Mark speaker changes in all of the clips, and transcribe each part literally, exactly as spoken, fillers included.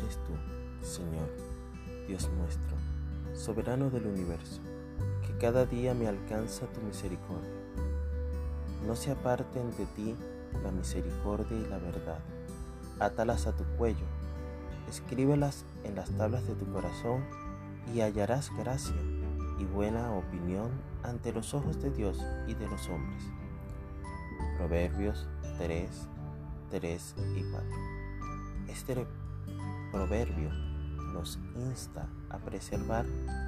Speaker 1: eres tú, Señor, Dios nuestro, soberano del universo, que cada día me alcanza tu misericordia. No se aparten de ti la misericordia y la verdad. Átalas a tu cuello, escríbelas en las tablas de tu corazón y hallarás gracia y buena opinión ante los ojos de Dios y de los hombres. Proverbios tres, tres y cuatro. Este proverbio nos insta a preservar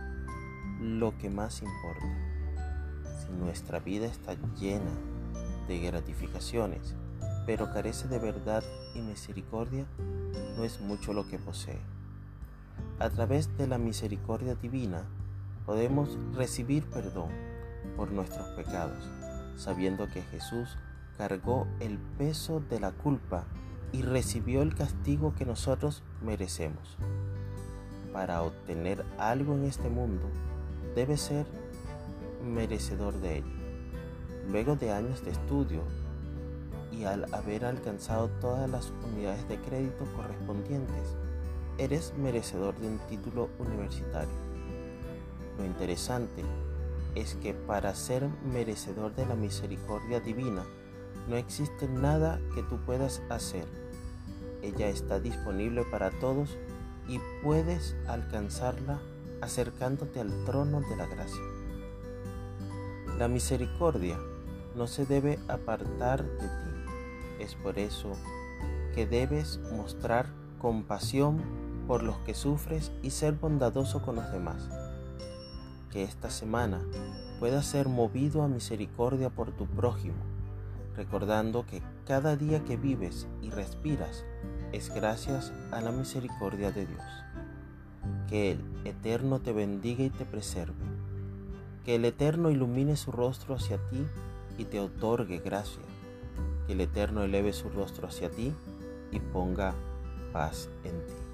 Speaker 1: lo que más importa. Si nuestra vida está llena de gratificaciones, pero carece de verdad y misericordia, no es mucho lo que posee. A través de la misericordia divina podemos recibir perdón por nuestros pecados, sabiendo que Jesús cargó el peso de la culpa y recibió el castigo que nosotros merecemos. Para obtener algo en este mundo, debe ser merecedor de ello. Luego de años de estudio y al haber alcanzado todas las unidades de crédito correspondientes, eres merecedor de un título universitario. Lo interesante es que para ser merecedor de la misericordia divina, no existe nada que tú puedas hacer. Ella está disponible para todos y puedes alcanzarla acercándote al trono de la gracia. La misericordia no se debe apartar de ti. Es por eso que debes mostrar compasión por los que sufres y ser bondadoso con los demás. Que esta semana puedas ser movido a misericordia por tu prójimo, recordando que cada día que vives y respiras es gracias a la misericordia de Dios. Que el Eterno te bendiga y te preserve. Que el Eterno ilumine su rostro hacia ti y te otorgue gracia. Que el Eterno eleve su rostro hacia ti y ponga paz en ti.